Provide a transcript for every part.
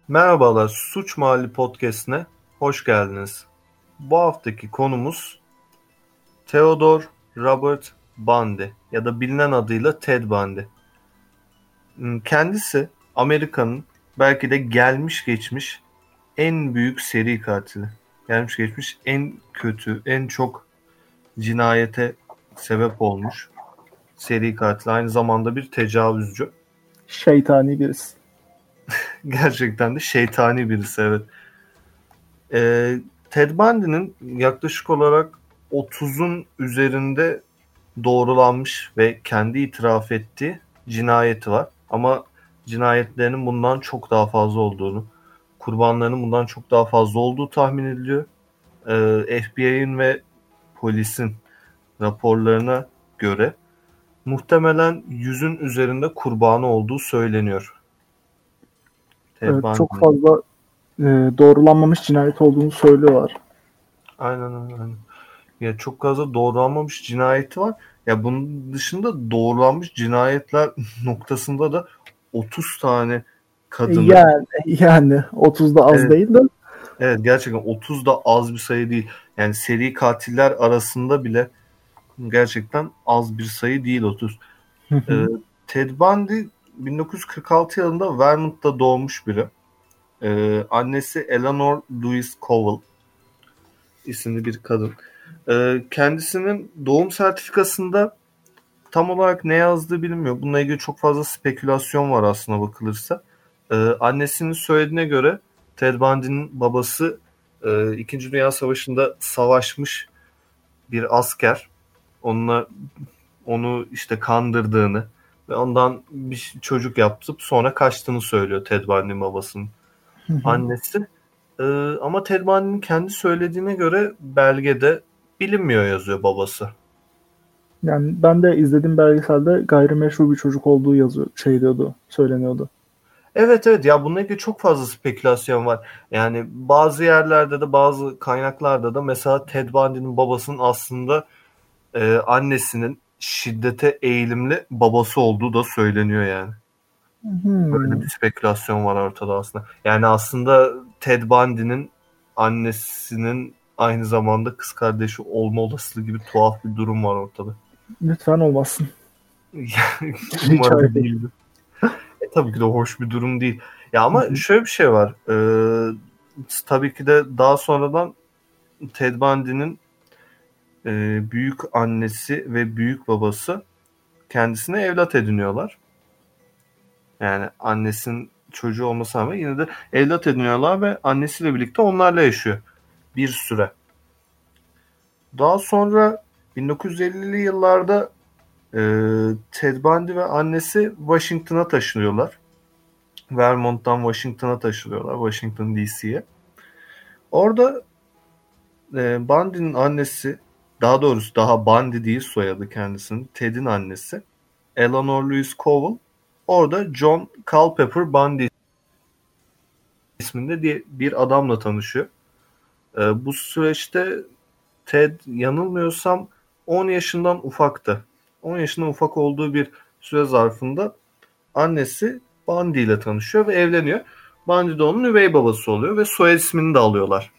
Merhabalar, Suç Mahalli Podcast'ine hoş geldiniz. Bu haftaki konumuz Theodore Robert Bundy ya da bilinen adıyla Ted Bundy. Kendisi Amerika'nın belki de gelmiş geçmiş en büyük seri katili. Gelmiş geçmiş en kötü, en çok cinayete sebep olmuş seri katil. Aynı zamanda bir tecavüzcü. Şeytani birisi. Gerçekten de şeytani birisi, evet. Ted Bundy'nin yaklaşık olarak 30'un üzerinde doğrulanmış ve kendi itiraf ettiği cinayeti var. Ama cinayetlerinin bundan çok daha fazla olduğunu, kurbanlarının bundan çok daha fazla olduğu tahmin ediliyor. FBI'nin ve polisin raporlarına göre muhtemelen 100'ün üzerinde kurbanı olduğu söyleniyor. Ted Evet, çok Bundy'nin. fazla doğrulanmamış cinayet olduğunu söylüyorlar. Aynen. Ya çok fazla doğrulanmamış cinayeti var. Ya bunun dışında doğrulanmış cinayetler noktasında da 30 tane kadını. Yani 30 da az Evet, değil de. evet, gerçekten 30 da az bir sayı değil. Yani seri katiller arasında bile gerçekten az bir sayı değil 30. Hı Ee, hı. Ted Bundy 1946 yılında Vermont'ta doğmuş biri. Annesi Eleanor Louise Cowell isimli bir kadın. Kendisinin doğum sertifikasında tam olarak ne yazdığı bilinmiyor. Bununla ilgili çok fazla spekülasyon var aslına bakılırsa. Annesinin söylediğine göre Ted Bundy'nin babası İkinci Dünya Savaşı'nda savaşmış bir asker. Onu işte kandırdığını ve ondan bir çocuk yaptıp sonra kaçtığını söylüyor Ted Bundy'nin babasının Hı hı. annesi. Ama Ted Bundy'nin kendi söylediğine göre belgede bilinmiyor yazıyor babası. Yani ben de izlediğim belgeselde gayrimeşru bir çocuk olduğu söyleniyordu. Evet, ya bununla ilgili çok fazla spekülasyon var. Yani bazı yerlerde de bazı kaynaklarda da mesela Ted Bundy'nin babasının aslında annesinin şiddete eğilimli babası olduğu da söyleniyor yani. Böyle bir Hmm. spekülasyon var ortada aslında. Yani aslında Ted Bundy'nin annesinin aynı zamanda kız kardeşi olma olasılığı gibi tuhaf bir durum var ortada. Lütfen olmasın. Rica Umarım ederim. değildir. Tabii ki de hoş bir durum değil. Ya ama şöyle bir şey var. Tabii ki de daha sonradan Ted Bundy'nin büyük annesi ve büyük babası kendisine evlat ediniyorlar. Yani annesinin çocuğu olmasına rağmen yine de evlat ediniyorlar ve annesiyle birlikte onlarla yaşıyor bir süre. Daha sonra 1950'li yıllarda Ted Bundy ve annesi Washington'a taşınıyorlar. Vermont'tan Washington'a taşınıyorlar. Washington DC'ye. Orada Bundy'nin annesi, daha doğrusu daha Bundy değil soyadı kendisinin, Ted'in annesi Eleanor Louise Cowell orada John Culpeper Bundy isminde diye bir adamla tanışıyor. Bu süreçte Ted yanılmıyorsam 10 yaşından ufaktı. 10 yaşından ufak olduğu bir süre zarfında annesi Bundy ile tanışıyor ve evleniyor. Bundy de onun üvey babası oluyor ve soy ismini de alıyorlar.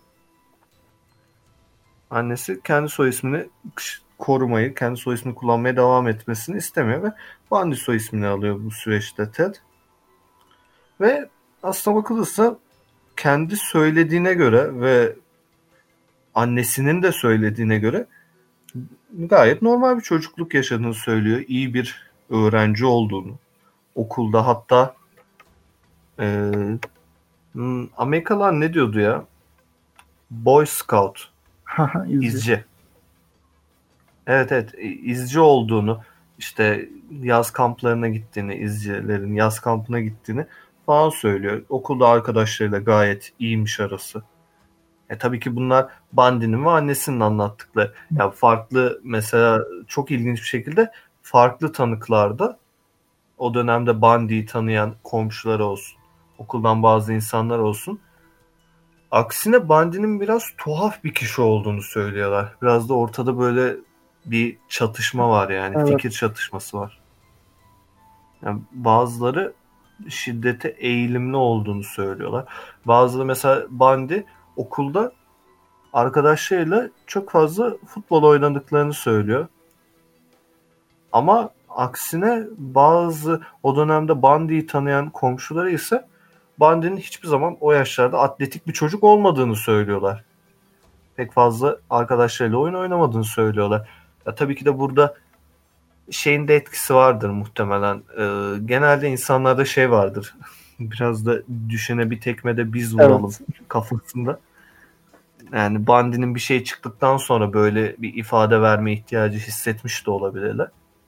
Annesi kendi soy ismini korumayı, kendi soy ismini kullanmaya devam etmesini istemiyor ve Bundy soy ismini alıyor bu süreçte Ted. Ve aslına bakılırsa kendi söylediğine göre ve annesinin de söylediğine göre gayet normal bir çocukluk yaşadığını söylüyor. İyi bir öğrenci olduğunu. Okulda hatta e, Amerikalılar ne diyordu ya? Boy Scout, İzci. izci. Evet, izci olduğunu, işte yaz kamplarına gittiğini, izcilerin yaz kampına gittiğini falan söylüyor. Okulda arkadaşlarıyla gayet iyiymiş arası. Tabii ki bunlar Bundy'nin ve annesinin anlattıkları. Yani farklı, mesela çok ilginç bir şekilde farklı tanıklarda o dönemde Bundy'yi tanıyan komşuları olsun, okuldan bazı insanlar olsun, aksine Bundy'nin biraz tuhaf bir kişi olduğunu söylüyorlar. Biraz da ortada böyle bir çatışma var yani. Evet. Fikir çatışması var. Yani bazıları şiddete eğilimli olduğunu söylüyorlar. Bazıları mesela Bundy okulda arkadaşlarıyla çok fazla futbol oynadıklarını söylüyor. Ama aksine bazı o dönemde Bundy'yi tanıyan komşuları ise Bundy'nin hiçbir zaman o yaşlarda atletik bir çocuk olmadığını söylüyorlar. Pek fazla arkadaşlarıyla oyun oynamadığını söylüyorlar. Ya tabii ki de burada şeyin de etkisi vardır muhtemelen. Genelde insanlarda şey vardır. Biraz da düşene bir tekmede biz vuralım kafasında. Yani Bundy'nin bir şey çıktıktan sonra böyle bir ifade verme ihtiyacı hissetmiş de olabilirler.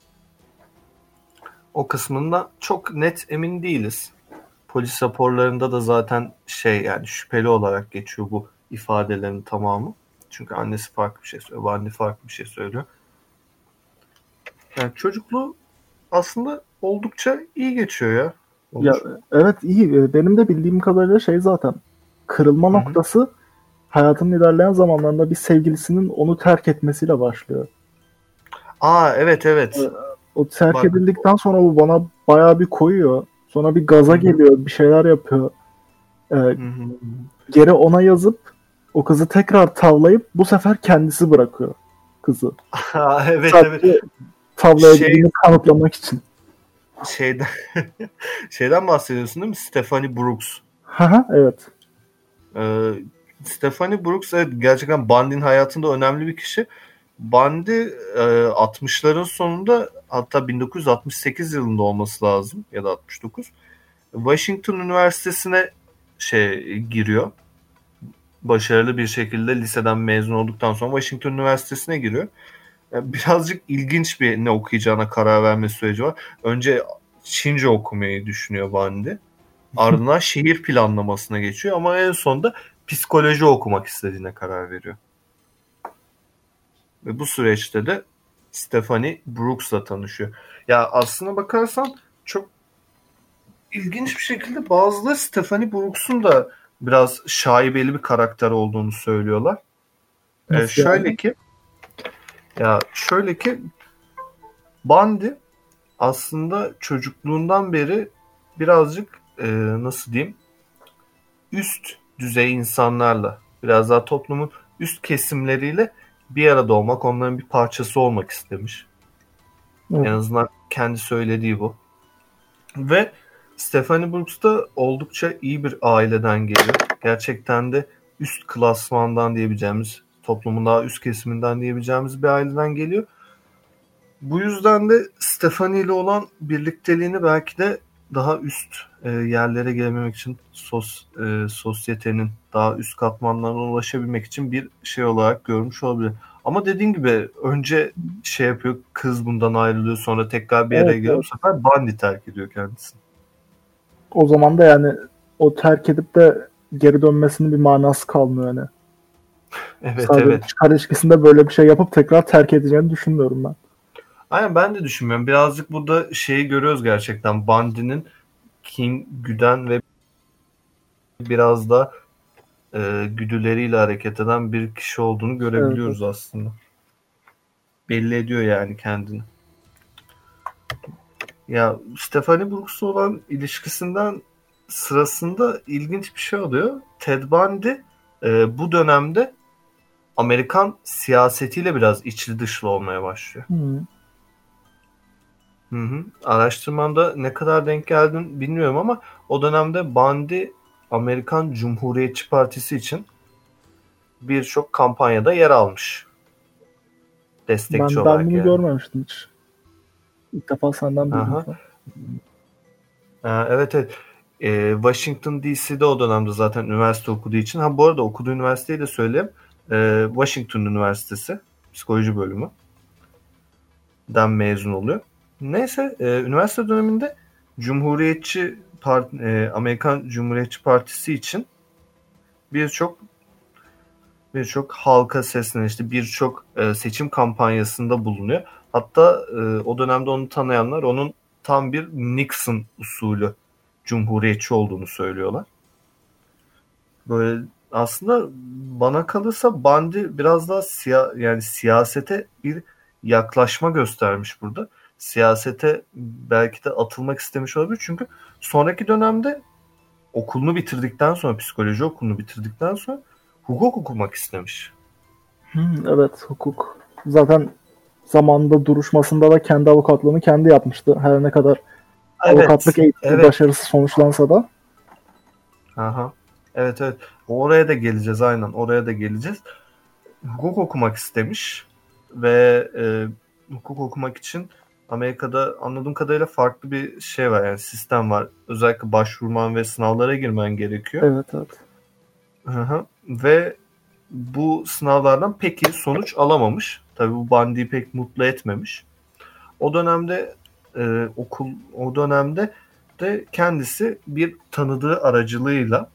O kısmında çok net emin değiliz. Polis raporlarında da zaten yani şüpheli olarak geçiyor bu ifadelerin tamamı. Çünkü annesi farklı bir şey söylüyor, Bundy farklı bir şey söylüyor. Yani çocukluğu aslında oldukça iyi geçiyor ya. Ya evet, iyi. Benim de bildiğim kadarıyla zaten kırılma noktası hayatının ilerleyen zamanlarında bir sevgilisinin onu terk etmesiyle başlıyor. Evet. O terk edildikten sonra bu bana bayağı bir koyuyor. Sonra bir gaza geliyor, bir şeyler yapıyor. Geri ona yazıp o kızı tekrar tavlayıp bu sefer kendisi bırakıyor kızı. Evet. Tavlayabildiğini kanıtlamak için. Şeyden bahsediyorsun değil mi? Stephanie Brooks. Evet. Stephanie Brooks gerçekten Bundy'nin hayatında önemli bir kişi. Bundy 60'ların sonunda, hatta 1968 yılında olması lazım ya da 69. Washington Üniversitesi'ne giriyor. Başarılı bir şekilde liseden mezun olduktan sonra Washington Üniversitesi'ne giriyor. Birazcık ilginç bir ne okuyacağına karar verme süreci var. Önce Çince okumayı düşünüyor Bundy. Ardından şehir planlamasına geçiyor ama en sonunda psikoloji okumak istediğine karar veriyor. Ve bu süreçte de Stephanie Brooks'la tanışıyor. Ya aslına bakarsan çok ilginç bir şekilde bazıları Stephanie Brooks'un da biraz şaibeli bir karakter olduğunu söylüyorlar. Şöyle ki Bundy aslında çocukluğundan beri birazcık nasıl diyeyim, üst düzey insanlarla, biraz daha toplumun üst kesimleriyle bir arada olmak, onların bir parçası olmak istemiş. En azından kendi söylediği bu. Ve Stephanie Brooks da oldukça iyi bir aileden geliyor. Gerçekten de üst klasmandan diyebileceğimiz, toplumun daha üst kesiminden diyebileceğimiz bir aileden geliyor. Bu yüzden de Stephanie ile olan birlikteliğini belki de daha üst yerlere gelememek için, sosyetenin daha üst katmanlarına ulaşabilmek için bir şey olarak görmüş olabilir. Ama dediğin gibi önce yapıyor, kız bundan ayrılıyor, sonra tekrar bir araya geliyor. Bu sefer Bundy terk ediyor kendisini. O zaman da yani o terk edip de geri dönmesinin bir manası kalmıyor yani. Evet. Çıkar ilişkisinde böyle bir şey yapıp tekrar terk edeceğini düşünmüyorum ben. Aynen, ben de düşünmüyorum. Birazcık burada görüyoruz gerçekten. Bundy'nin kin güden ve biraz da güdüleriyle hareket eden bir kişi olduğunu görebiliyoruz aslında. Belli ediyor yani kendini. Ya Stephanie Brooks'la olan ilişkisinden sırasında ilginç bir şey oluyor. Ted Bundy bu dönemde Amerikan siyasetiyle biraz içli dışlı olmaya başlıyor. Araştırmanda ne kadar denk geldin bilmiyorum ama o dönemde Bundy Amerikan Cumhuriyetçi Partisi için birçok kampanyada yer almış. Destekçi olarak. Ben bunu görmemiştim hiç. İlk defa senden duydum. Evet. Washington DC'de o dönemde zaten üniversite okuduğu için. Bu arada okuduğu üniversiteyi de söyleyeyim. Washington Üniversitesi Psikoloji Bölümü den mezun oluyor. Neyse, üniversite döneminde Amerikan Cumhuriyetçi Partisi için birçok halka seslenişti, birçok seçim kampanyasında bulunuyor. Hatta o dönemde onu tanıyanlar onun tam bir Nixon usulü cumhuriyetçi olduğunu söylüyorlar. Böyle aslında bana kalırsa Bundy biraz daha siyasete bir yaklaşma göstermiş burada. siyasete belki de atılmak istemiş olabilir. Çünkü sonraki dönemde okulunu bitirdikten sonra, psikoloji okulunu bitirdikten sonra hukuk okumak istemiş. Evet, hukuk. Zaten zamanında duruşmasında da kendi avukatlığını kendi yapmıştı. Her ne kadar avukatlık eğitimi başarısız sonuçlansa da. Aha. Evet. Oraya da geleceğiz, aynen. Oraya da geleceğiz. Hukuk okumak istemiş ve hukuk okumak için Amerika'da anladığım kadarıyla farklı bir şey var, yani sistem var. Özellikle başvurman ve sınavlara girmen gerekiyor. Evet. Hı. Ve bu sınavlardan pek iyi sonuç alamamış. Tabii bu Bundy'yi pek mutlu etmemiş. O dönemde o dönemde de kendisi bir tanıdığı aracılığıyla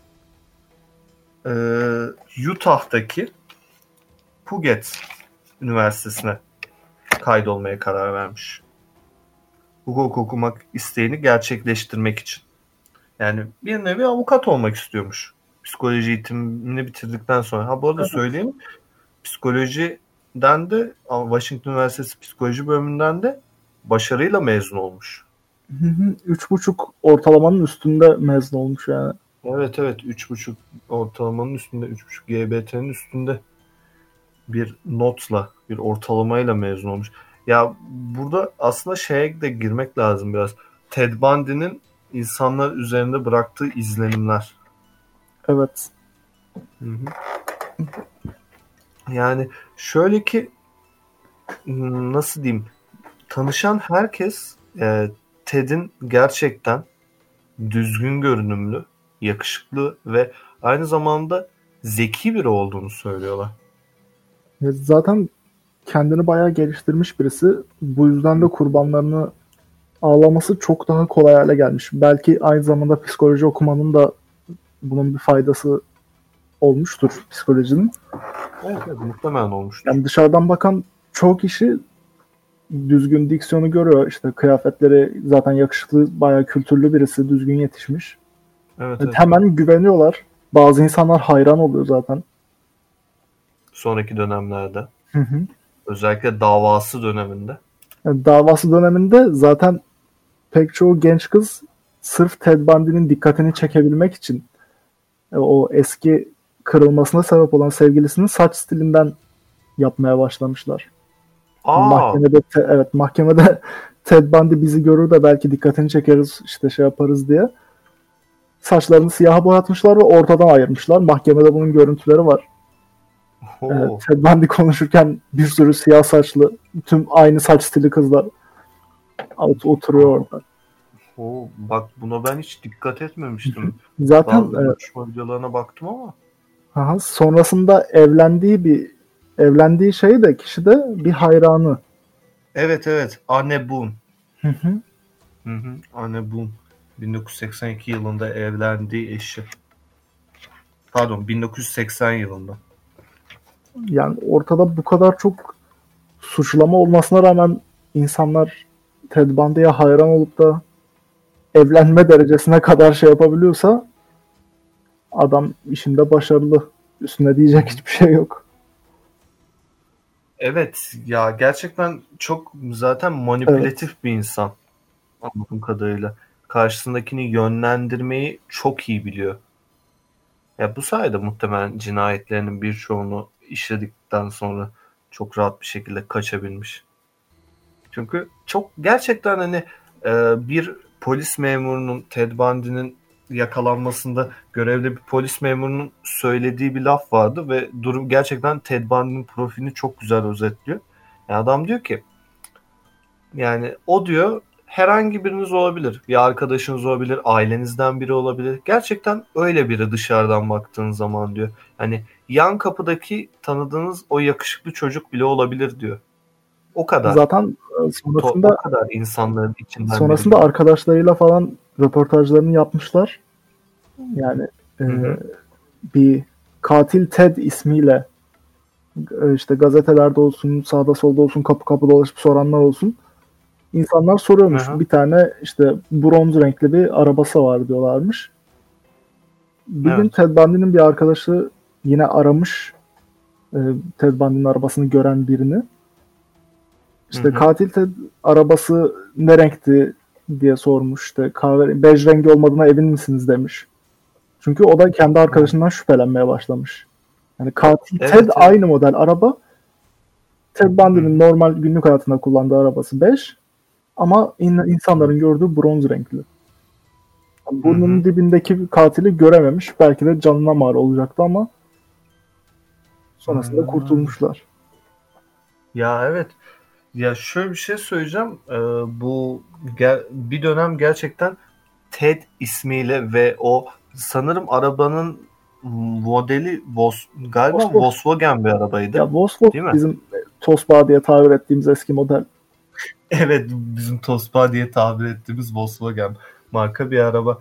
Utah'taki Puget Üniversitesi'ne kaydolmaya karar vermiş. Hukuk okumak isteğini gerçekleştirmek için. Yani bir nevi avukat olmak istiyormuş. Psikoloji eğitimini bitirdikten sonra. Ha bu arada söyleyeyim. Psikolojiden de Washington Üniversitesi Psikoloji bölümünden de başarıyla mezun olmuş. 3,5 ortalamanın üstünde mezun olmuş yani. Evet 3,5 ortalamanın üstünde, 3,5 GBT'nin üstünde bir notla, bir ortalamayla mezun olmuş. Ya burada aslında şeye de girmek lazım biraz. Ted Bundy'nin insanlar üzerinde bıraktığı izlenimler. Evet. Hı. Yani şöyle ki, nasıl diyeyim, tanışan herkes Ted'in gerçekten düzgün görünümlü, yakışıklı ve aynı zamanda zeki biri olduğunu söylüyorlar. Zaten kendini bayağı geliştirmiş birisi. Bu yüzden de kurbanlarını ağlaması çok daha kolay hale gelmiş. Belki aynı zamanda psikoloji okumanın da bunun bir faydası olmuştur psikolojinin. Evet muhtemelen olmuştur. Yani dışarıdan bakan çoğu kişi düzgün diksiyonu görüyor. İşte kıyafetleri zaten yakışıklı, bayağı kültürlü birisi, düzgün yetişmiş. Evet. Hemen güveniyorlar. Bazı insanlar hayran oluyor zaten. Sonraki dönemlerde. Hı. Özellikle davası döneminde. Yani davası döneminde zaten pek çoğu genç kız sırf Ted Bundy'nin dikkatini çekebilmek için o eski kırılmasına sebep olan sevgilisinin saç stilinden yapmaya başlamışlar. Mahkemede Ted Bundy bizi görür de belki dikkatini çekeriz, işte şey yaparız diye. Saçlarını siyaha boyatmışlar ve ortadan ayırmışlar. Mahkemede bunun görüntüleri var. Ted Bundy konuşurken bir sürü siyah saçlı, tüm aynı saç stili kızlar oturuyor orada. Bak buna ben hiç dikkat etmemiştim. Zaten bazı videolarına baktım ama. Sonrasında evlendiği şey de kişi de bir hayranı. Evet. Anne Boone. Anne Boone. 1982 yılında evlendiği eşi. Pardon, 1980 yılında. Yani ortada bu kadar çok suçlama olmasına rağmen insanlar Ted Bundy'ye hayran olup da evlenme derecesine kadar şey yapabiliyorsa adam işinde başarılı. Üstüne diyecek hiçbir şey yok. Evet ya, gerçekten çok zaten manipülatif bir insan anladığım kadarıyla. Karşısındakini yönlendirmeyi çok iyi biliyor. Ya bu sayede muhtemelen cinayetlerinin birçoğunu işledikten sonra çok rahat bir şekilde kaçabilmiş. Çünkü çok gerçekten hani bir polis memurunun, Ted Bundy'nin yakalanmasında görevli bir polis memurunun söylediği bir laf vardı ve durum gerçekten Ted Bundy'nin profilini çok güzel özetliyor. Yani adam diyor ki, yani o diyor herhangi biriniz olabilir. Bir arkadaşınız olabilir, ailenizden biri olabilir. Gerçekten öyle biri dışarıdan baktığın zaman diyor. Hani yan kapıdaki tanıdığınız o yakışıklı çocuk bile olabilir diyor. O kadar. Zaten sonrasında o kadar insanların içinden sonrasında arkadaşlarıyla falan röportajlarını yapmışlar. Yani bir katil Ted ismiyle işte gazetelerde olsun, sağda solda olsun, kapı kapı dolaşıp soranlar olsun. İnsanlar soruyormuş. Bir tane işte bronz renkli bir arabası var diyorlarmış. Bir gün Ted Bundy'nin bir arkadaşı yine aramış Ted Bundy'nin arabasını gören birini. İşte Hı hı. katil Ted arabası ne renkti diye sormuş. İşte kahve, bej rengi olmadığına emin misiniz demiş. Çünkü o da kendi arkadaşından şüphelenmeye başlamış. Yani katil Ted Evet, evet. aynı model araba. Ted Hı Bundy'nin hı. normal günlük hayatında kullandığı arabası bej. Ama insanların gördüğü bronz renkli. Hı Burnunun hı. dibindeki katili görememiş. Belki de canına mal olacaktı ama sonrasında Aynen öyle. kurtulmuşlar. Ya evet. Ya şöyle bir şey söyleyeceğim. Bu bir dönem gerçekten Ted ismiyle ve o sanırım arabanın modeli galiba Vosvos. Volkswagen bir Ya arabaydı. Vosvos Değil mi? bizim Tosba diye tabir ettiğimiz eski model. Evet, bizim Tospa diye tabir ettiğimiz Volkswagen marka bir araba.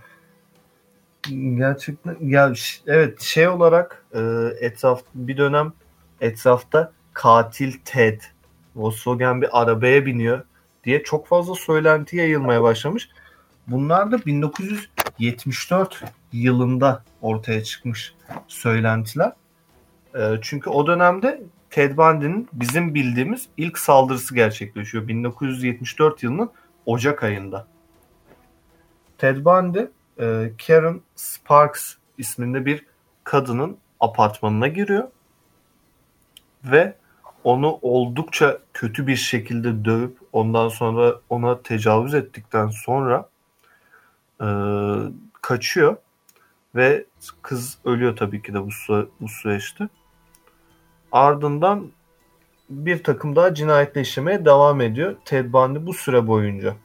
Gerçekten ya evet, şey olarak bir dönem etrafta katil Ted Volkswagen bir arabaya biniyor diye çok fazla söylenti yayılmaya başlamış. Bunlar da 1974 yılında ortaya çıkmış söylentiler. Çünkü o dönemde Ted Bundy'nin bizim bildiğimiz ilk saldırısı gerçekleşiyor. 1974 yılının Ocak ayında. Ted Bundy, Karen Sparks isminde bir kadının apartmanına giriyor ve onu oldukça kötü bir şekilde dövüp ondan sonra ona tecavüz ettikten sonra e, kaçıyor ve kız ölüyor tabii ki de bu süreçte. Ardından bir takım daha cinayetle işlemeye devam ediyor Ted Bundy bu süre boyunca.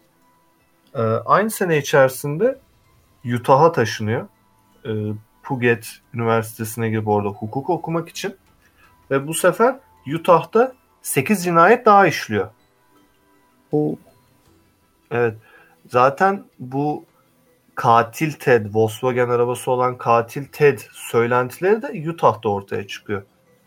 Aynı sene içerisinde Utah'a taşınıyor. E, Puget Üniversitesi'ne girip orada hukuk okumak için. Ve bu sefer Utah'ta 8 cinayet daha işliyor. O Evet. Zaten bu katil Ted, Volkswagen arabası olan katil Ted söylentileri de Utah'ta ortaya çıkıyor.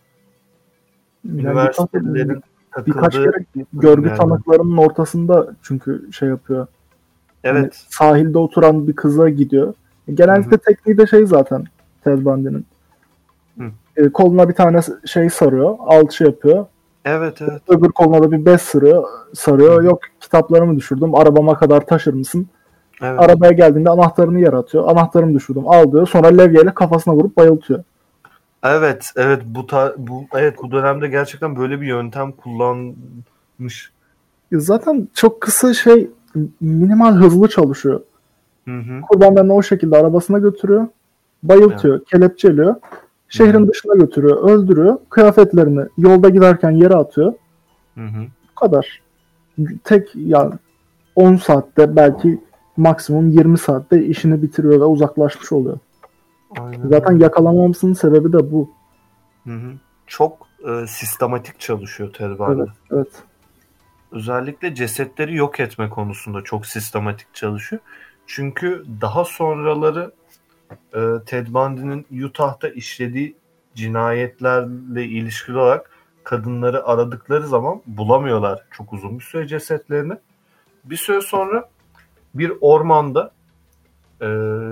yani Utah'ta Üniversitelerin birkaç takıldığı kere bir görgü yerden. tanıklarının ortasında çünkü şey yapıyor. Hani Evet. sahilde oturan bir kıza gidiyor. Hı Genellikle hı. tekniği de şey zaten Ted Bundy'nin. Hı. Koluna bir tane şey sarıyor, alçı yapıyor. Evet, evet. Öbür koluna da bir bez Hı sarıyor. hı. Yok kitaplarımı düşürdüm, arabama kadar taşır mısın? Evet. Arabaya geldiğinde anahtarını yer atıyor. Anahtarımı düşürdüm, al diyor. Sonra levyeyle kafasına vurup bayıltıyor. Evet, evet, bu dönemde gerçekten böyle bir yöntem kullanmış. Zaten çok kısa şey, minimal hızlı çalışıyor. Hı hı. Kurbanlarını o şekilde arabasına götürüyor. Evet. Bayıltıyor, kelepçeliyor. Hı hı. Şehrin dışına götürüyor, öldürüyor. Kıyafetlerini yolda giderken yere atıyor. Hı hı. Bu kadar. Tek ya 10 saatte belki maksimum 20 saatte işini bitiriyor ve uzaklaşmış oluyor. Aynen Zaten öyle. yakalanmamasının sebebi de bu. Hı hı. Çok sistematik çalışıyor Ted Evet, Bundy. evet. Özellikle cesetleri yok etme konusunda çok sistematik çalışıyor. Çünkü daha sonraları Ted Bundy'nin Utah'ta işlediği cinayetlerle ilişkili olarak kadınları aradıkları zaman bulamıyorlar çok uzun bir süre cesetlerini. Bir süre sonra bir ormanda e,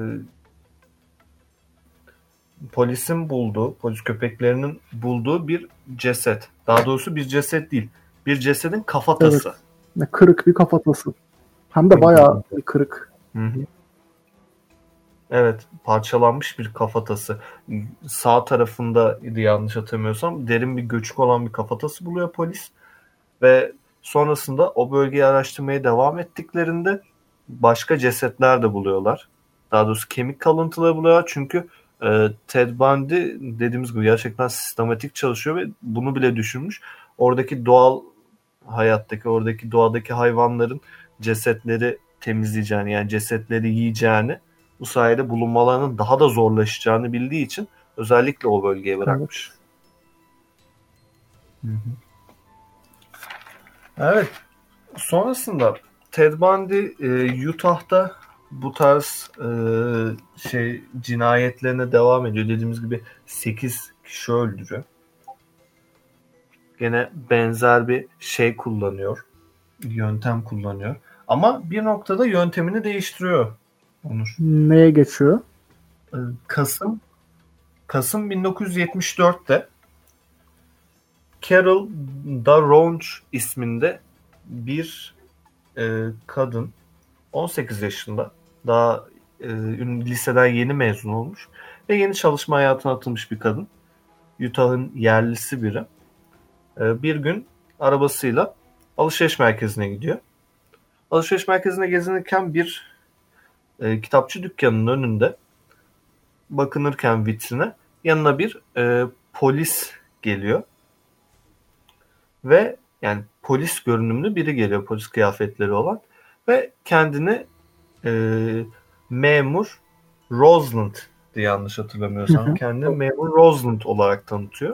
polis köpeklerinin bulduğu bir ceset. Daha doğrusu bir ceset değil. Bir cesedin Evet. kafatası. Kırık bir kafatası. Hem de bayağı bir kırık. Hı hı. Evet, parçalanmış bir kafatası. Sağ tarafındaydı yanlış hatırlamıyorsam. Derin bir göçük olan bir kafatası buluyor polis. Ve sonrasında o bölgeyi araştırmaya devam ettiklerinde başka cesetler de buluyorlar. Daha doğrusu kemik kalıntıları buluyorlar. Çünkü Ted Bundy dediğimiz gibi gerçekten sistematik çalışıyor ve bunu bile düşünmüş. Oradaki oradaki doğadaki hayvanların cesetleri temizleyeceğini, yani cesetleri yiyeceğini, bu sayede bulunmalarının daha da zorlaşacağını bildiği için özellikle o bölgeye bırakmış. Evet. Hı hı. Evet. Sonrasında Ted Bundy Utah'ta bu tarz cinayetlerine devam ediyor. Dediğimiz gibi 8 kişi öldürüyor. Gene benzer bir şey kullanıyor. Yöntem kullanıyor. Ama bir noktada yöntemini değiştiriyor Onur. Neye geçiyor? Kasım 1974'te Carol Daronch isminde bir kadın, 18 yaşında, daha liseden yeni mezun olmuş ve yeni çalışma hayatına atılmış bir kadın. Utah'ın yerlisi biri. Bir gün arabasıyla alışveriş merkezine gidiyor. Alışveriş merkezine gezinirken bir kitapçı dükkanının önünde bakınırken vitrine yanına bir polis geliyor. Ve yani polis görünümlü biri geliyor, polis kıyafetleri olan ve kendini memur Rosalind diye, yanlış hatırlamıyorsam kendini memur Rosalind olarak tanıtıyor.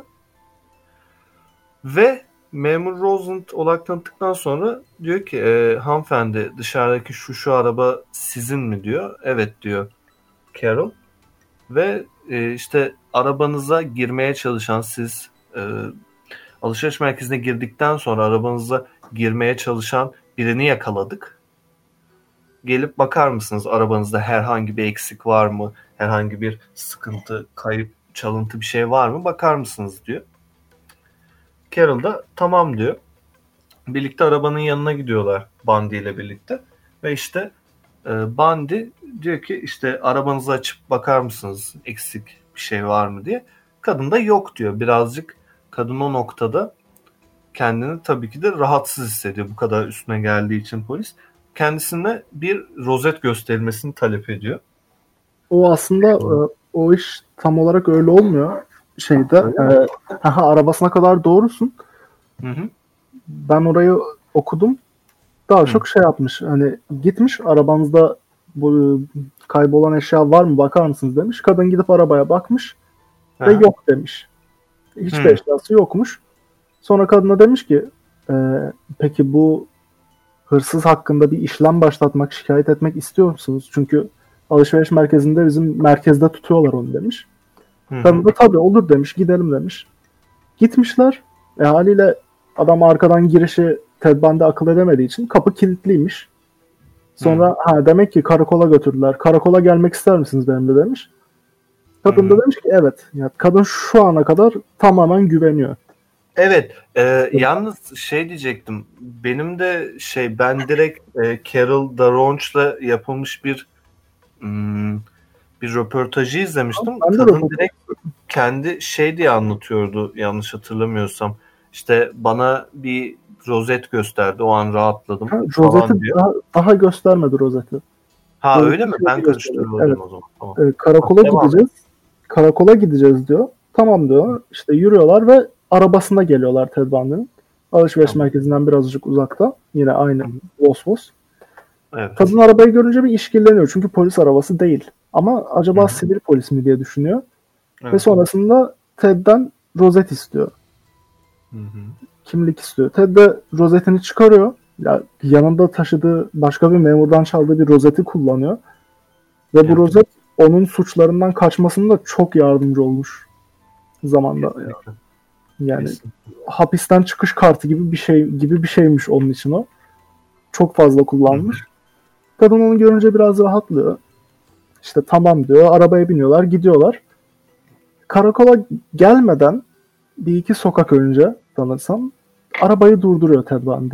Ve memur Rosalind olarak tanıttıktan sonra diyor ki hanımefendi, dışarıdaki şu araba sizin mi diyor. Evet diyor Carol. Ve işte arabanıza girmeye çalışan, siz alışveriş merkezine girdikten sonra arabanıza girmeye çalışan birini yakaladık. Gelip bakar mısınız, arabanızda herhangi bir eksik var mı? Herhangi bir sıkıntı, kayıp, çalıntı bir şey var mı? Bakar mısınız diyor. Carol da tamam diyor. Birlikte arabanın yanına gidiyorlar Bundy ile birlikte. Ve işte Bundy diyor ki işte arabanızı açıp bakar mısınız, eksik bir şey var mı diye. Kadın da yok diyor. Birazcık kadın o noktada kendini tabii ki de rahatsız hissediyor bu kadar üstüne geldiği için polis. Kendisine bir rozet gösterilmesini talep ediyor. O aslında o iş tam olarak öyle olmuyor. Arabasına kadar doğrusun. Hı. Ben orayı okudum. Daha çok şey yapmış. Hani gitmiş, arabanızda bu kaybolan eşya var mı, bakar mısınız demiş. Kadın gidip arabaya bakmış ve yok demiş. Hiçbir eşyası yokmuş. Sonra kadına demiş ki peki bu hırsız hakkında bir işlem başlatmak, şikayet etmek istiyor musunuz? Çünkü alışveriş merkezinde bizim merkezde tutuyorlar onu demiş. Kadın da tabii olur demiş, gidelim demiş. Gitmişler. Haliyle adam arkadan girişi Ted Bundy akıl edemediği için kapı kilitliymiş. Sonra demek ki karakola götürdüler. Karakola gelmek ister misiniz benimle demiş. Kadın da demiş ki evet. Yani kadın şu ana kadar tamamen güveniyor. Evet. Yalnız şey diyecektim. Benim de ben direkt Carol Daronch'la yapılmış bir röportajı izlemiştim. Kadın direkt kendi diye anlatıyordu, yanlış hatırlamıyorsam. İşte bana bir rozet gösterdi. O an rahatladım. Rozeti daha göstermedi rozeti. Öyle mi? Ben karıştırıyorum evet. O zaman. Tamam. Karakola gideceğiz diyor. Tamam diyor. İşte yürüyorlar ve arabasına geliyorlar Ted Bundy'nin. Alışveriş merkezinden birazcık uzakta. Yine aynı Vos. Evet. Kadın arabayı görünce bir işkilleniyor. Çünkü polis arabası değil. Ama acaba sivil polis mi diye düşünüyor. Evet. Ve sonrasında Ted'den rozet istiyor. Kimlik istiyor. Ted de rozetini çıkarıyor. Yanında taşıdığı, başka bir memurdan çaldığı bir rozeti kullanıyor. Ve bu rozet onun suçlarından kaçmasında çok yardımcı olmuş zamanda. Yani hapisten çıkış kartı gibi bir şeymiş onun için o. Çok fazla kullanmış. Kadın onu görünce biraz rahatlıyor. İşte tamam diyor. Arabaya biniyorlar, gidiyorlar. Karakola gelmeden bir iki sokak önce sanırsam arabayı durduruyor Ted Bundy.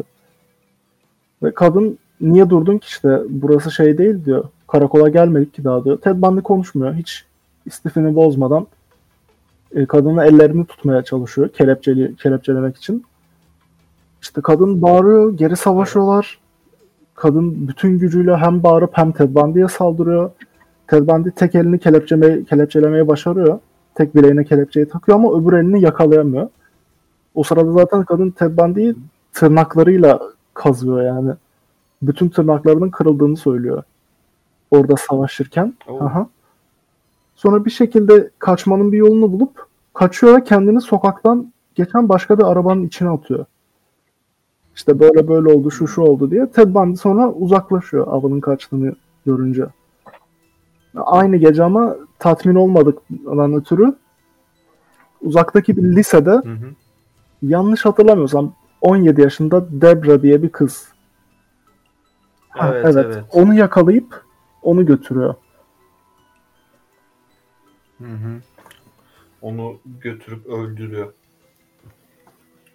Ve kadın niye durdun ki, işte burası değil diyor. Karakola gelmedik ki daha diyor. Ted Bundy konuşmuyor. Hiç istifini bozmadan kadının ellerini tutmaya çalışıyor. Kelepçelemek için. İşte kadın bağırıyor. Geri savaşıyorlar. Kadın bütün gücüyle hem bağırıp hem Ted Bundy'ye saldırıyor. Ted Bundy tek elini kelepçelemeye başarıyor. Tek bileğine kelepçeyi takıyor ama öbür elini yakalayamıyor. O sırada zaten kadın Ted Bundy'yi tırnaklarıyla kazıyor yani. Bütün tırnaklarının kırıldığını söylüyor. Orada savaşırken. Sonra bir şekilde kaçmanın bir yolunu bulup kaçıyor ve kendini sokaktan geçen başka bir arabanın içine atıyor. İşte böyle oldu, şu oldu diye. Ted Bundy sonra uzaklaşıyor avının kaçtığını görünce. Aynı gece ama tatmin olmadıklarından ötürü uzaktaki bir lisede yanlış hatırlamıyorsam 17 yaşında Debra diye bir kız. Evet. Onu yakalayıp onu götürüyor. Onu götürüp öldürüyor.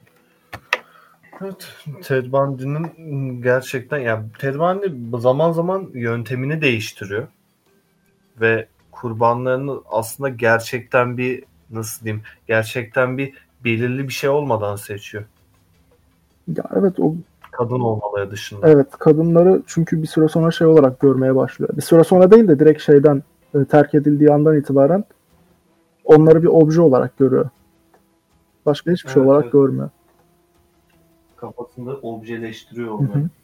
Evet, Ted Bundy'nin gerçekten, yani Ted Bundy zaman zaman yöntemini değiştiriyor ve kurbanlarını aslında gerçekten bir, nasıl diyeyim, gerçekten bir belirli bir şey olmadan seçiyor. Ya evet, o Kadın olmaları dışında. evet, kadınları çünkü bir süre sonra şey olarak görmeye başlıyor. Bir süre sonra değil de direkt şeyden terk edildiği andan itibaren onları bir obje olarak görüyor. Başka hiçbir şey Evet, olarak evet. görmüyor. Kafasında objeleştiriyor Hı onları. hı.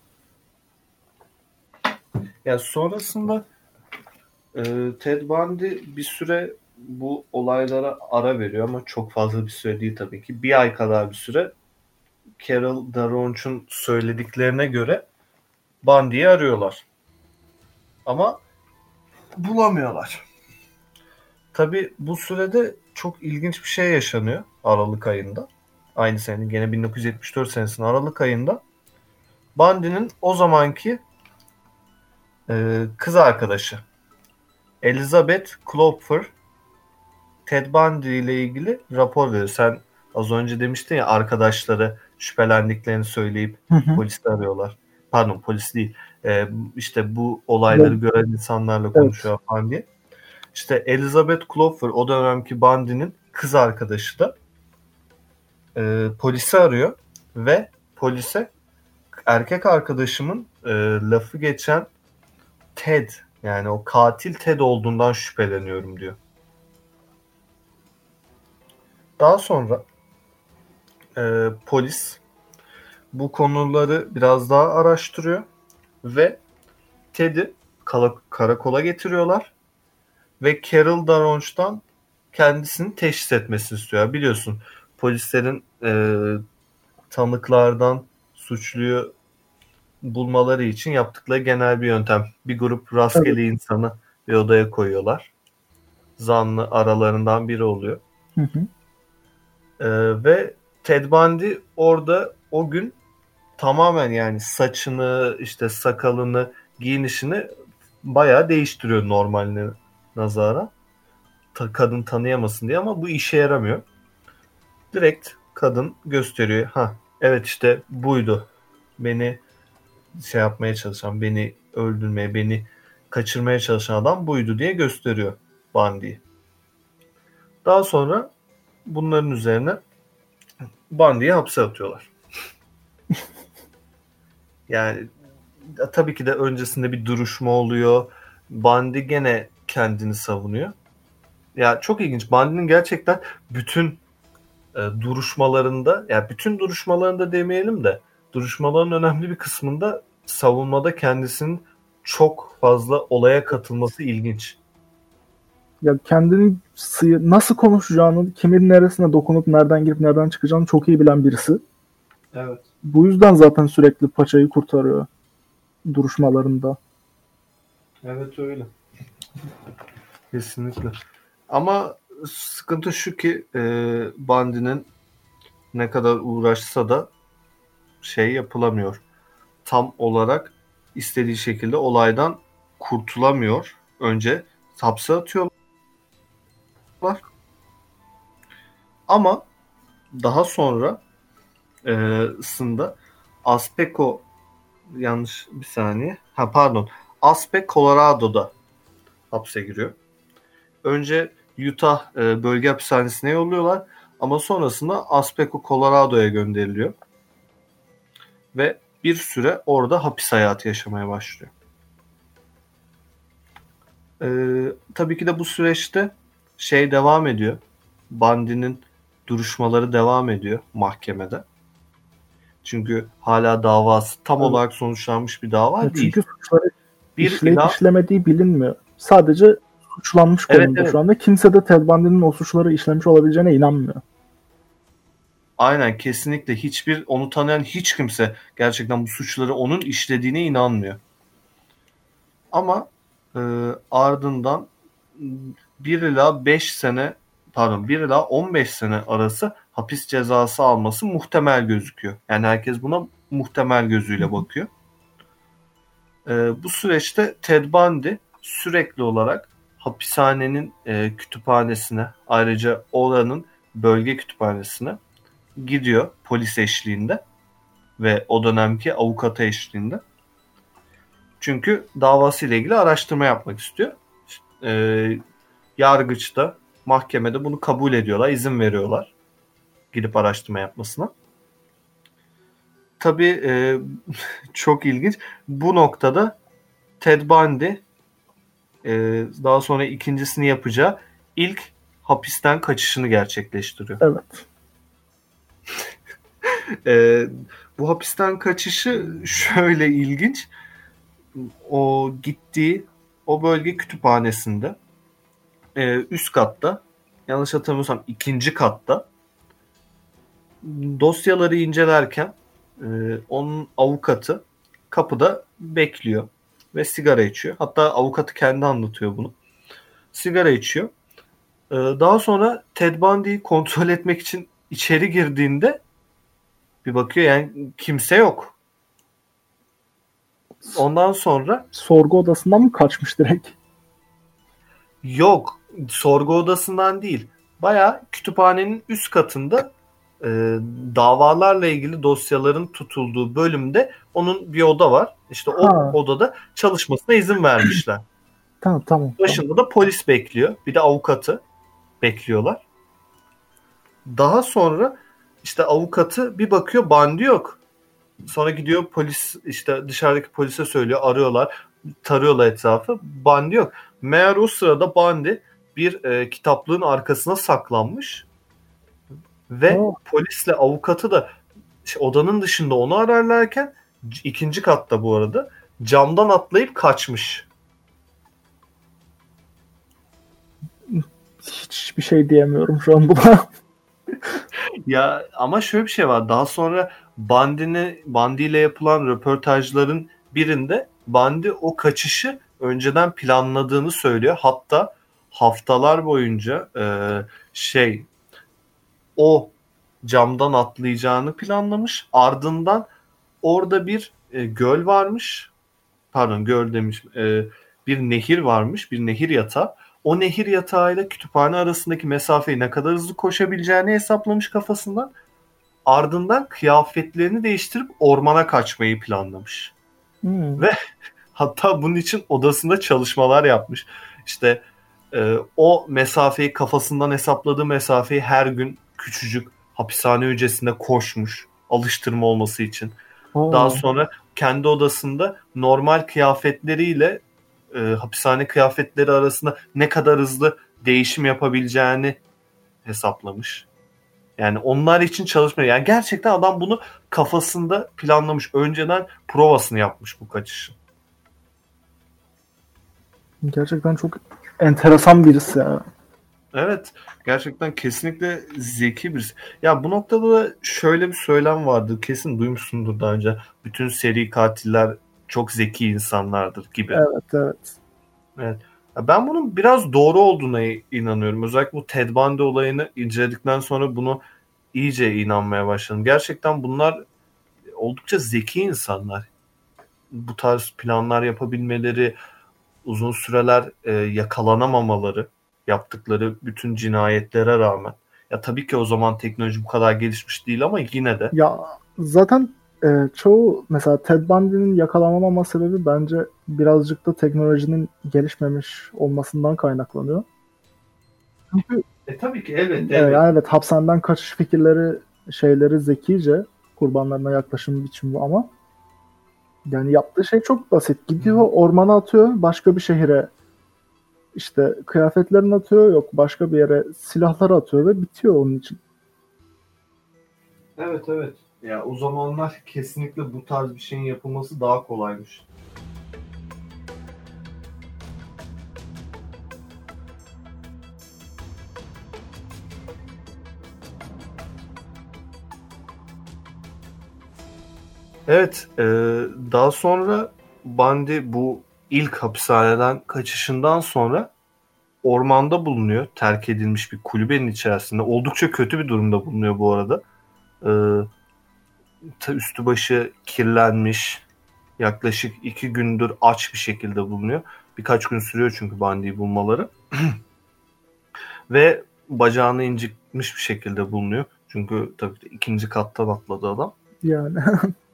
Yani sonrasında Ted Bundy bir süre bu olaylara ara veriyor ama çok fazla bir süre değil tabii ki. Bir ay kadar bir süre Carol Daronch'un söylediklerine göre Bundy'yi arıyorlar. Ama bulamıyorlar. Tabii bu sürede çok ilginç bir şey yaşanıyor Aralık ayında. Aynı sene, gene 1974 senesinin Aralık ayında Bundy'nin o zamanki kız arkadaşı Elizabeth Klopfer Ted Bundy ile ilgili rapor veriyor. Sen az önce demiştin ya, arkadaşları şüphelendiklerini söyleyip Hı hı. polisi arıyorlar. Pardon, polis değil. İşte bu olayları gören insanlarla Evet. konuşuyor falan diye. İşte Elizabeth Klopfer, o dönemki Bundy'nin kız arkadaşı da polisi arıyor ve polise erkek arkadaşımın lafı geçen Ted, yani o katil Ted olduğundan şüpheleniyorum diyor. Daha sonra polis bu konuları biraz daha araştırıyor ve Ted'i karakola getiriyorlar ve Carol Daronch'tan kendisini teşhis etmesini istiyor. Biliyorsun, polislerin tanıklardan suçluyu bulmaları için yaptıkları genel bir yöntem. Bir grup rastgele Evet. insanı bir odaya koyuyorlar. Zanlı aralarından biri oluyor. Hı hı. Ve Ted Bundy orada o gün tamamen, yani saçını, işte sakalını, giyinişini bayağı değiştiriyor normaline nazaran. Kadın tanıyamasın diye, ama bu işe yaramıyor. Direkt kadın gösteriyor. Ha, evet, işte buydu. Beni şey yapmaya çalışan, beni öldürmeye, beni kaçırmaya çalışan adam buydu diye gösteriyor Bundy'yi. Daha sonra bunların üzerine Bundy'yi hapse atıyorlar. Yani tabii ki de öncesinde bir duruşma oluyor. Bundy gene kendini savunuyor. Ya çok ilginç. Bundy'nin gerçekten bütün duruşmalarında, ya bütün duruşmalarında demeyelim de, duruşmaların önemli bir kısmında savunmada kendisinin çok fazla olaya katılması ilginç. Ya kendini nasıl konuşacağını, kimin neresine dokunup nereden girip nereden çıkacağını çok iyi bilen birisi. Evet. Bu yüzden zaten sürekli paçayı kurtarıyor duruşmalarında. Evet, öyle. Kesinlikle. Ama sıkıntı şu ki Bundy'nin ne kadar uğraşsa da şey yapılamıyor. Tam olarak istediği şekilde olaydan kurtulamıyor. Önce hapse atıyorlar. Ama daha sonra sında Aspeko, yanlış bir saniye. Ha, pardon. Aspe Colorado'da hapse giriyor. Önce Utah bölge hapishanesine yolluyorlar ama sonrasında Aspeko Colorado'ya gönderiliyor. Ve bir süre orada hapis hayatı yaşamaya başlıyor. Tabii ki de bu süreçte şey devam ediyor. Bundy'nin duruşmaları devam ediyor mahkemede. Çünkü hala davası tam Evet. olarak sonuçlanmış bir dava değil. Çünkü suçları Bir işleyip ila işlemediği bilinmiyor. Sadece suçlanmış evet, konumda evet. şu anda. Kimse de Ted Bundy'nin o suçları işlemiş olabileceğine inanmıyor. Aynen, kesinlikle hiçbir onu tanıyan hiç kimse gerçekten bu suçları onun işlediğine inanmıyor. Ama ardından 1 ila 5 sene, pardon, 1 ila 15 sene arası hapis cezası alması muhtemel gözüküyor. Yani herkes buna muhtemel gözüyle bakıyor. Bu süreçte Ted Bundy sürekli olarak hapishanenin kütüphanesine, ayrıca oranın bölge kütüphanesine gidiyor polis eşliğinde. ve o dönemki avukatı eşliğinde. Çünkü davasıyla ilgili araştırma yapmak istiyor. Yargıçta, mahkemede bunu kabul ediyorlar, izin veriyorlar gidip araştırma yapmasına. Tabii çok ilginç. Bu noktada Ted Bundy daha sonra ikincisini yapacağı ilk hapisten kaçışını gerçekleştiriyor. Evet. Bu hapisten kaçışı şöyle ilginç. O gittiği o bölge kütüphanesinde üst katta, yanlış hatırlamıyorsam ikinci katta, dosyaları incelerken onun avukatı kapıda bekliyor ve sigara içiyor. Hatta avukatı kendi anlatıyor bunu. Sigara içiyor. Daha sonra Ted Bundy'yi kontrol etmek için içeri girdiğinde bir bakıyor, yani kimse yok. Ondan sonra Sorgu odasından mı kaçmış direkt? yok, sorgu odasından değil. Bayağı kütüphanenin üst katında davalarla ilgili dosyaların tutulduğu bölümde onun bir oda var. İşte o odada çalışmasına izin vermişler. Tamam. Başında da polis bekliyor. Bir de avukatı bekliyorlar. Daha sonra işte avukatı bir bakıyor, Bundy yok. Sonra gidiyor polis, işte dışarıdaki polise söylüyor, arıyorlar, tarıyorlar etrafı. Bundy yok. Meğer o sırada Bundy bir kitaplığın arkasına saklanmış ve polisle avukatı da odanın dışında onu ararlarken, ikinci katta bu arada, camdan atlayıp kaçmış. Hiçbir şey diyemiyorum şu an buna. Ya ama şöyle bir şey var. Daha sonra Bundy ile yapılan röportajların birinde Bundy o kaçışı önceden planladığını söylüyor. Hatta haftalar boyunca o camdan atlayacağını planlamış. Ardından orada bir göl varmış. Pardon, göl demişim. Bir nehir varmış. Bir nehir yatağı. O nehir yatağıyla kütüphane arasındaki mesafeyi ne kadar hızlı koşabileceğini hesaplamış kafasından. Ardından kıyafetlerini değiştirip ormana kaçmayı planlamış. Ve hatta bunun için odasında çalışmalar yapmış. İşte o mesafeyi, kafasından hesapladığı mesafeyi her gün küçücük hapishane hücresinde koşmuş. Alıştırma olması için. Daha sonra kendi odasında normal kıyafetleriyle hapishane kıyafetleri arasında ne kadar hızlı değişim yapabileceğini hesaplamış. Yani onlar için çalışmıyor. Yani gerçekten adam bunu kafasında planlamış. Önceden provasını yapmış bu kaçışın. Gerçekten çok enteresan birisi ya. Evet. Gerçekten kesinlikle zeki birisi. Ya bu noktada da şöyle bir söylem vardı. Kesin duymuşsundur daha önce. Bütün seri katiller çok zeki insanlardır gibi. Evet. Ben bunun biraz doğru olduğuna inanıyorum. Özellikle bu Ted Bundy olayını inceledikten sonra bunu iyice inanmaya başladım. Gerçekten bunlar oldukça zeki insanlar. Bu tarz planlar yapabilmeleri, uzun süreler yakalanamamaları, yaptıkları bütün cinayetlere rağmen. Ya tabii ki o zaman teknoloji bu kadar gelişmiş değil ama yine de. Ya zaten çoğu, mesela Ted Bundy'nin yakalanamama sebebi bence birazcık da teknolojinin gelişmemiş olmasından kaynaklanıyor. Çünkü tabii ki evet. Evet, hapishaneden kaçış fikirleri, şeyleri zekice, kurbanlarına yaklaşım biçimi, ama yani yaptığı şey çok basit. Gidiyor ormana atıyor, başka bir şehire işte kıyafetlerini atıyor, yok başka bir yere silahları atıyor ve bitiyor onun için. Evet. Ya o zamanlar kesinlikle bu tarz bir şeyin yapılması daha kolaymış. Evet, daha sonra Bundy bu ilk hapishaneden kaçışından sonra ormanda bulunuyor. Terk edilmiş bir kulübenin içerisinde. Oldukça kötü bir durumda bulunuyor bu arada. Üstü başı kirlenmiş. Yaklaşık 2 gündür aç bir şekilde bulunuyor. Birkaç gün sürüyor çünkü Bundy'yi bulmaları. Ve bacağını incitmiş bir şekilde bulunuyor. Çünkü tabii ki ikinci kattan atladı adam. Yani.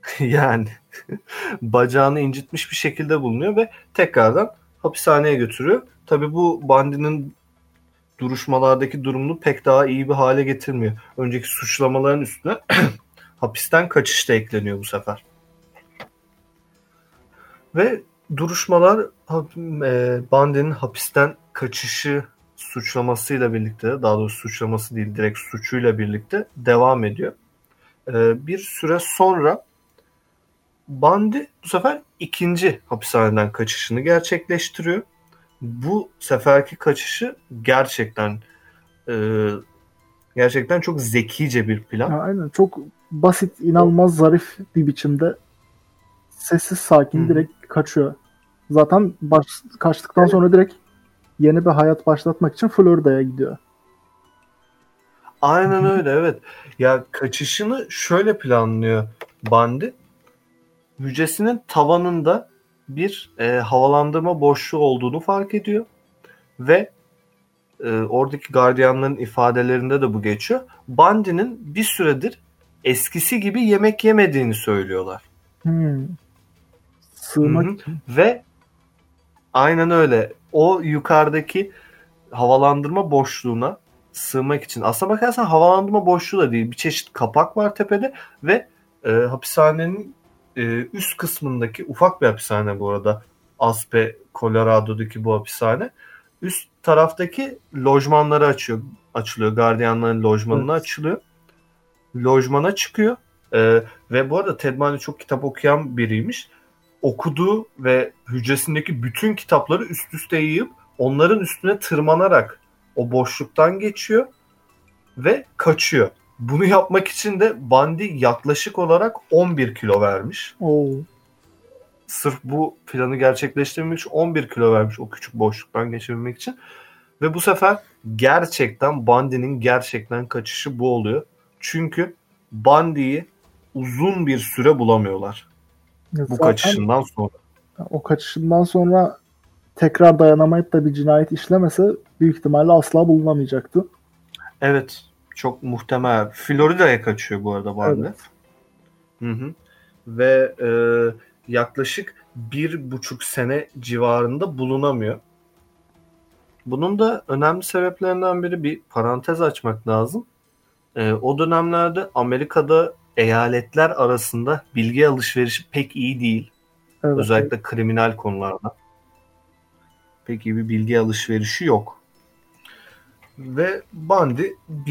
Yani bacağını incitmiş bir şekilde bulunuyor ve tekrardan hapishaneye götürüyor. Tabii bu Bundy'nin duruşmalardaki durumunu pek daha iyi bir hale getirmiyor. Önceki suçlamaların üstüne hapisten kaçış da ekleniyor bu sefer. Ve duruşmalar Bundy'nin hapisten kaçışı suçlamasıyla birlikte, daha doğrusu suçlaması değil direkt suçuyla birlikte devam ediyor. Bir süre sonra Bundy bu sefer ikinci hapishaneden kaçışını gerçekleştiriyor. Bu seferki kaçışı gerçekten çok zekice bir plan. Ya aynen, çok basit, inanılmaz zarif bir biçimde sessiz sakin direkt kaçıyor. Zaten kaçtıktan sonra direkt yeni bir hayat başlatmak için Florida'ya gidiyor. Aynen öyle, evet. Ya kaçışını şöyle planlıyor Bundy. Hücresinin tavanında bir havalandırma boşluğu olduğunu fark ediyor ve oradaki gardiyanların ifadelerinde de bu geçiyor. Bundy'nin bir süredir eskisi gibi yemek yemediğini söylüyorlar. Sığmak için. Ve aynen öyle. O yukarıdaki havalandırma boşluğuna sığmak için. Aslına bakarsan havalandırma boşluğu da değil. Bir çeşit kapak var tepede ve hapishanenin üst kısmındaki ufak bir hapishane bu arada. Aspe, Colorado'daki bu hapishane. Üst taraftaki lojmanları açılıyor. Gardiyanların lojmanını açılıyor. Lojmana çıkıyor. Ve bu arada Ted Bundy çok kitap okuyan biriymiş. Okuduğu ve hücresindeki bütün kitapları üst üste yığıp onların üstüne tırmanarak o boşluktan geçiyor ve kaçıyor. Bunu yapmak için de Bundy yaklaşık olarak 11 kilo vermiş. Sırf bu planı gerçekleştirmek için 11 kilo vermiş o küçük boşluktan geçebilmek için. Ve bu sefer gerçekten Bundy'nin gerçekten kaçışı bu oluyor. Çünkü Bundy'yi uzun bir süre bulamıyorlar. Bu kaçışından sonra. O kaçışından sonra tekrar dayanamayıp da bir cinayet işlemese büyük ihtimalle asla bulunamayacaktı. Evet. Çok muhtemel. Florida'ya kaçıyor bu arada Bundy. Evet. Hı. Ve yaklaşık 1,5 sene civarında bulunamıyor. Bunun da önemli sebeplerinden biri, bir parantez açmak lazım. O dönemlerde Amerika'da eyaletler arasında bilgi alışverişi pek iyi değil. Evet. Özellikle kriminal konularda. Pek iyi bir bilgi alışverişi yok. Ve Bundy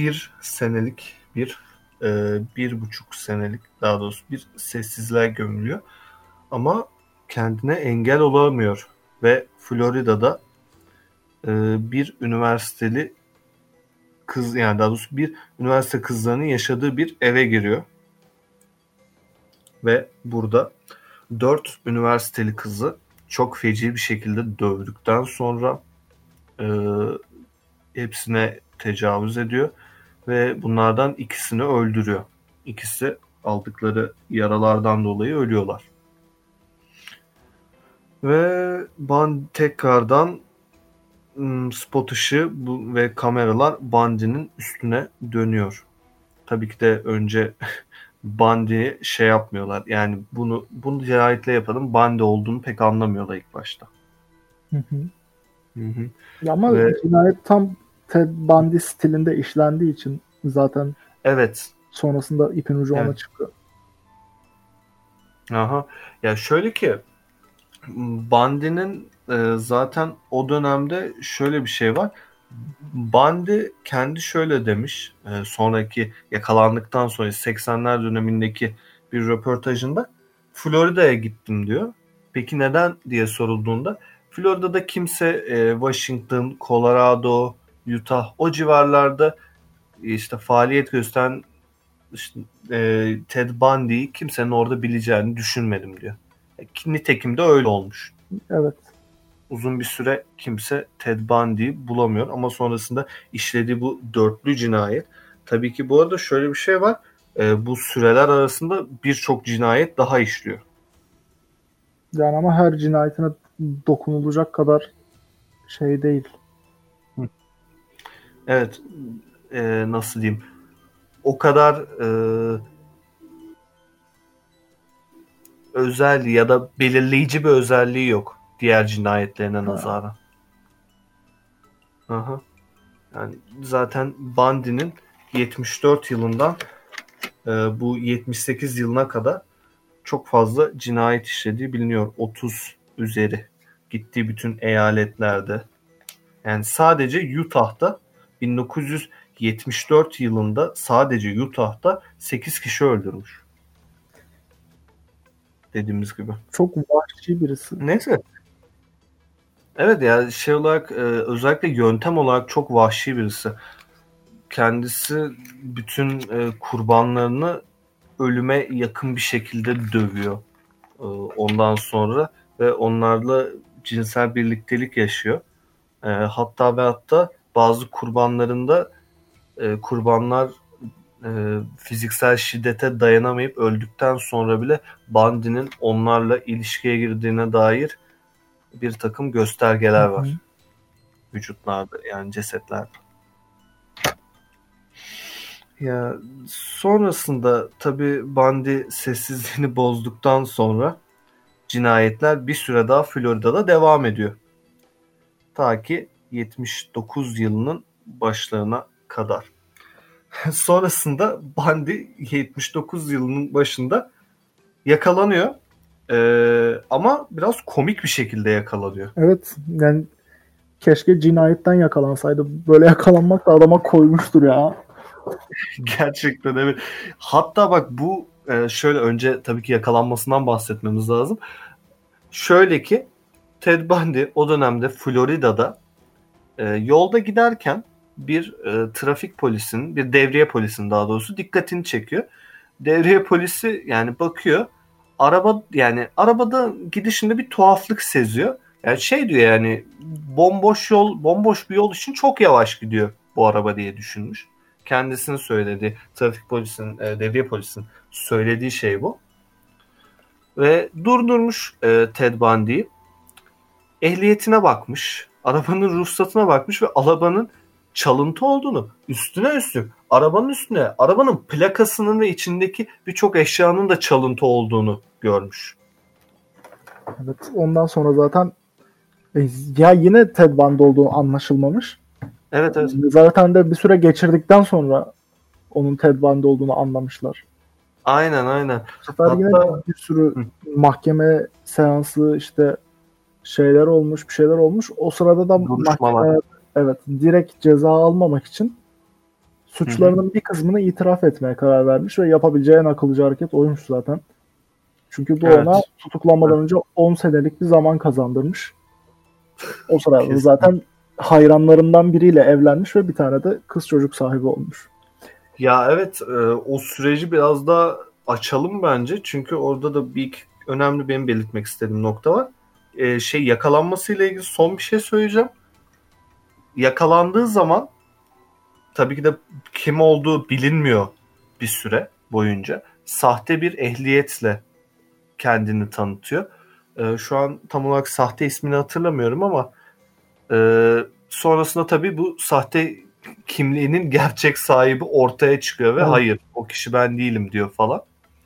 1,5 senelik daha doğrusu bir sessizliğe gömülüyor. Ama kendine engel olamıyor. Ve Florida'da bir üniversiteli kız, yani daha doğrusu bir üniversite kızlarının yaşadığı bir eve giriyor. Ve burada 4 üniversiteli kızı çok feci bir şekilde dövdükten sonra hepsine tecavüz ediyor ve bunlardan ikisini öldürüyor. İkisi aldıkları yaralardan dolayı ölüyorlar. Ve tekrardan spot ışığı ve kameralar Bundy'nin üstüne dönüyor. Tabii ki de önce Bundy'ye yapmıyorlar. Yani bunu cinayetle yapalım. Bundy olduğunu pek anlamıyorlar ilk başta. Hı. Ama cinayet tam Ted Bundy stilinde işlendiği için zaten sonrasında ipin ucu ona çıkıyor. Aha. Ya şöyle ki Bundy'nin zaten o dönemde şöyle bir şey var. Bundy kendi şöyle demiş, sonraki yakalandıktan sonra 80'ler dönemindeki bir röportajında, Florida'ya gittim diyor. Peki neden diye sorulduğunda, Florida'da kimse Washington, Colorado, Utah o civarlarda işte faaliyet gösteren Ted Bundy'yi kimsenin orada bileceğini düşünmedim diyor. Nitekim de öyle olmuş. Evet. Uzun bir süre kimse Ted Bundy'yi bulamıyor ama sonrasında işlediği bu dörtlü cinayet. Tabii ki bu arada şöyle bir şey var. Bu süreler arasında birçok cinayet daha işliyor. Yani ama her cinayetine dokunulacak kadar şey değil. Evet. Nasıl diyeyim? O kadar özelliği ya da belirleyici bir özelliği yok diğer cinayetlerine nazaran. Aha. Yani zaten Bundy'nin 74 yılından bu 78 yılına kadar çok fazla cinayet işlediği biliniyor. 30 üzeri gittiği bütün eyaletlerde. Yani sadece Utah'ta 1974 yılında sadece Utah'ta 8 kişi öldürmüş. Dediğimiz gibi. Çok vahşi birisi. Neyse. Evet ya şey olarak özellikle yöntem olarak çok vahşi birisi. Kendisi bütün kurbanlarını ölüme yakın bir şekilde dövüyor. Ondan sonra ve onlarla cinsel birliktelik yaşıyor. Hatta ve hatta bazı kurbanlarında kurbanlar fiziksel şiddete dayanamayıp öldükten sonra bile Bundy'nin onlarla ilişkiye girdiğine dair bir takım göstergeler var. Hı-hı. Vücutlarda yani cesetlerde. Ya sonrasında tabii Bundy sessizliğini bozduktan sonra cinayetler bir süre daha Florida'da devam ediyor. Ta ki 79 yılının başlarına kadar. Sonrasında Bundy 79 yılının başında yakalanıyor. Ama biraz komik bir şekilde yakalanıyor. Evet yani keşke cinayetten yakalansaydı. Böyle yakalanmak da adama koymuştur ya. Gerçekten evet. Hatta bak bu şöyle önce tabii ki yakalanmasından bahsetmemiz lazım. Şöyle ki Ted Bundy o dönemde Florida'da yolda giderken bir trafik polisinin, bir devriye polisinin daha doğrusu dikkatini çekiyor. Devriye polisi yani bakıyor. Arabada gidişinde bir tuhaflık seziyor. Yani şey diyor yani bomboş bir yol için çok yavaş gidiyor bu araba diye düşünmüş. Kendisinin söylediği, trafik polisinin, devriye polisinin söylediği şey bu. Ve durdurmuş Ted Bundy'yi. Ehliyetine bakmış. Arabanın ruhsatına bakmış ve arabanın çalıntı olduğunu, arabanın plakasının ve içindeki birçok eşyanın da çalıntı olduğunu görmüş. Evet, ondan sonra zaten ya yine Ted Bundy olduğu anlaşılmamış. Evet. Zaten de bir süre geçirdikten sonra onun Ted Bundy olduğunu anlamışlar. Aynen. Bu sefer hatta yine bir sürü mahkeme seansı işte şeyler olmuş, bir şeyler olmuş. O sırada da mahkeme direkt ceza almamak için suçlarının bir kısmını itiraf etmeye karar vermiş ve yapabileceği en akıllıca hareket oymuş zaten. Çünkü bu ona tutuklanmadan önce 10 senelik bir zaman kazandırmış. O sırada zaten hayranlarından biriyle evlenmiş ve bir tane de kız çocuk sahibi olmuş. Ya evet o süreci biraz daha açalım bence. Çünkü orada da bir önemli benim belirtmek istediğim nokta var. Yakalanmasıyla ilgili son bir şey söyleyeceğim. Yakalandığı zaman tabii ki de kim olduğu bilinmiyor bir süre boyunca. Sahte bir ehliyetle kendini tanıtıyor. Şu an tam olarak sahte ismini hatırlamıyorum ama sonrasında tabii bu sahte kimliğinin gerçek sahibi ortaya çıkıyor ve hayır o kişi ben değilim diyor falan.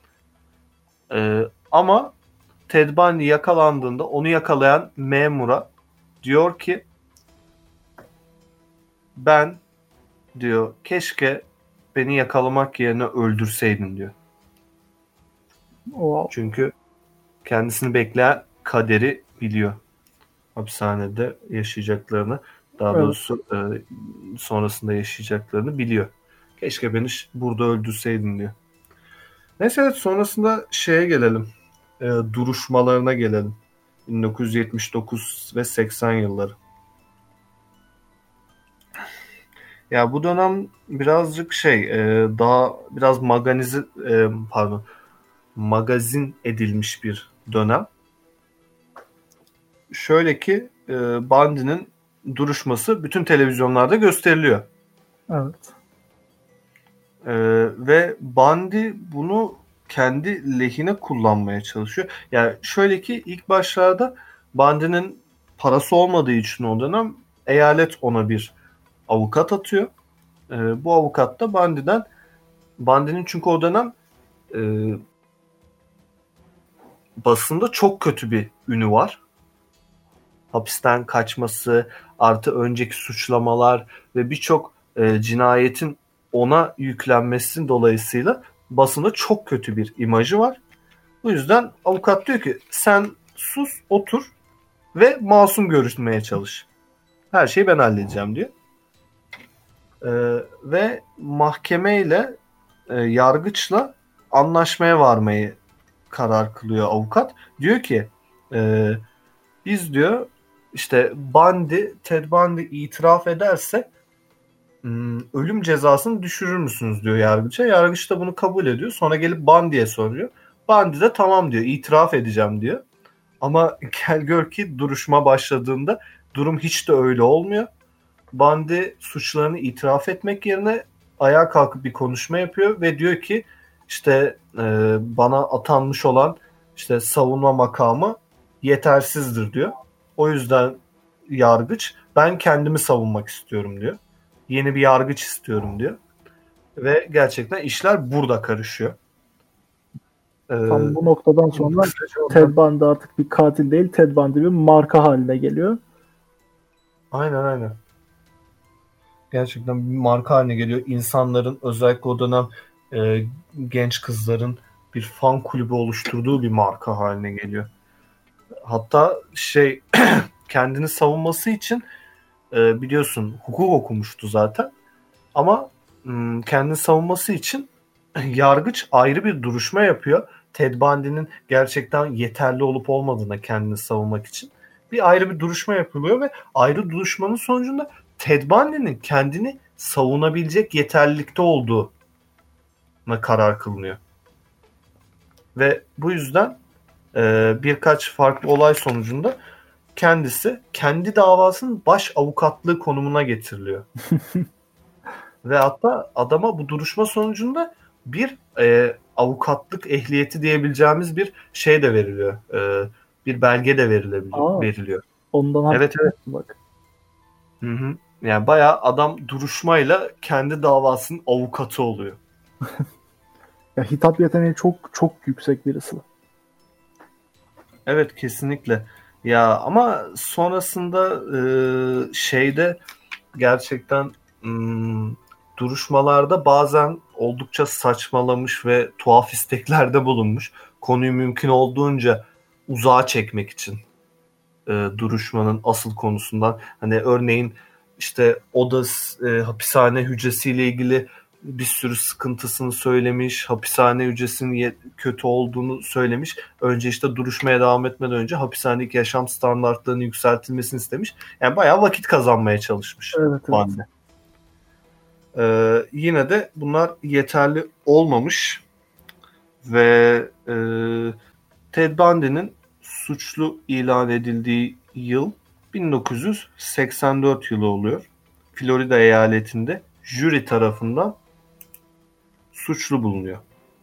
Ama Ted Bundy yakalandığında onu yakalayan memura diyor ki ben diyor keşke beni yakalamak yerine öldürseydin diyor. Wow. Çünkü kendisini bekleyen kaderi biliyor. Hapishanede yaşayacaklarını, daha doğrusu sonrasında yaşayacaklarını biliyor. Keşke beni burada öldürseydin diyor. Neyse sonrasında şeye gelelim. Duruşmalarına gelelim. 1979 ve 80 yılları. Ya bu dönem birazcık daha biraz magazin edilmiş bir dönem. Şöyle ki Bundy'nin duruşması bütün televizyonlarda gösteriliyor. Evet. Ve Bundy bunu kendi lehine kullanmaya çalışıyor. Yani şöyle ki ilk başlarda Bundy'nin parası olmadığı için o dönem eyalet ona bir avukat atıyor. Bu avukat da Bundy'nin çünkü o dönem basında çok kötü bir ünü var. Hapisten kaçması, artı önceki suçlamalar ve birçok cinayetin ona yüklenmesinin dolayısıyla basında çok kötü bir imajı var. Bu yüzden avukat diyor ki sen sus, otur ve masum görünmeye çalış. Her şeyi ben halledeceğim diyor. Ve mahkemeyle, yargıçla anlaşmaya varmayı karar kılıyor avukat. Diyor ki biz diyor işte Ted Bundy itiraf ederse ölüm cezasını düşürür müsünüz diyor yargıça. Yargıç da bunu kabul ediyor. Sonra gelip Bundy'ye soruyor. Bundy de tamam diyor, itiraf edeceğim diyor. Ama gel gör ki duruşma başladığında durum hiç de öyle olmuyor. Bundy suçlarını itiraf etmek yerine ayağa kalkıp bir konuşma yapıyor ve diyor ki işte bana atanmış olan işte savunma makamı yetersizdir diyor. O yüzden yargıç ben kendimi savunmak istiyorum diyor. Yeni bir yargıç istiyorum diyor. Ve gerçekten işler burada karışıyor. Tam bu noktadan sonra Ted Bundy artık bir katil değil, Ted Bundy bir marka haline geliyor. Aynen. Gerçekten bir marka haline geliyor. İnsanların, özellikle o dönem genç kızların bir fan kulübü oluşturduğu bir marka haline geliyor. Hatta kendini savunması için biliyorsun hukuk okumuştu zaten. Ama kendini savunması için yargıç ayrı bir duruşma yapıyor. Ted Bundy'nin gerçekten yeterli olup olmadığına kendini savunmak için. Bir ayrı bir duruşma yapılıyor ve ayrı duruşmanın sonucunda Ted Bundy'nin kendini savunabilecek yeterlilikte olduğuna karar kılınıyor. Ve bu yüzden birkaç farklı olay sonucunda kendisi kendi davasının baş avukatlığı konumuna getiriliyor. Ve hatta adama bu duruşma sonucunda bir avukatlık ehliyeti diyebileceğimiz bir şey de veriliyor. Bir belge de veriliyor. Ondan evet. Bak. Hı. Yani bayağı adam duruşmayla kendi davasının avukatı oluyor. Ya hitap yeteneği çok çok yüksek birisi. Evet, kesinlikle. Ya ama sonrasında gerçekten duruşmalarda bazen oldukça saçmalamış ve tuhaf isteklerde bulunmuş. Konuyu mümkün olduğunca uzağa çekmek için duruşmanın asıl konusundan. Hani örneğin işte o da hapishane hücresiyle ilgili bir sürü sıkıntısını söylemiş. Hapishane hücresinin kötü olduğunu söylemiş. Önce işte duruşmaya devam etmeden önce hapishanedeki yaşam standartlarının yükseltilmesini istemiş. Yani bayağı vakit kazanmaya çalışmış. Evet. Yine de bunlar yeterli olmamış ve Ted Bundy'nin suçlu ilan edildiği yıl 1984 yılı oluyor. Florida eyaletinde jüri tarafından suçlu bulunuyor.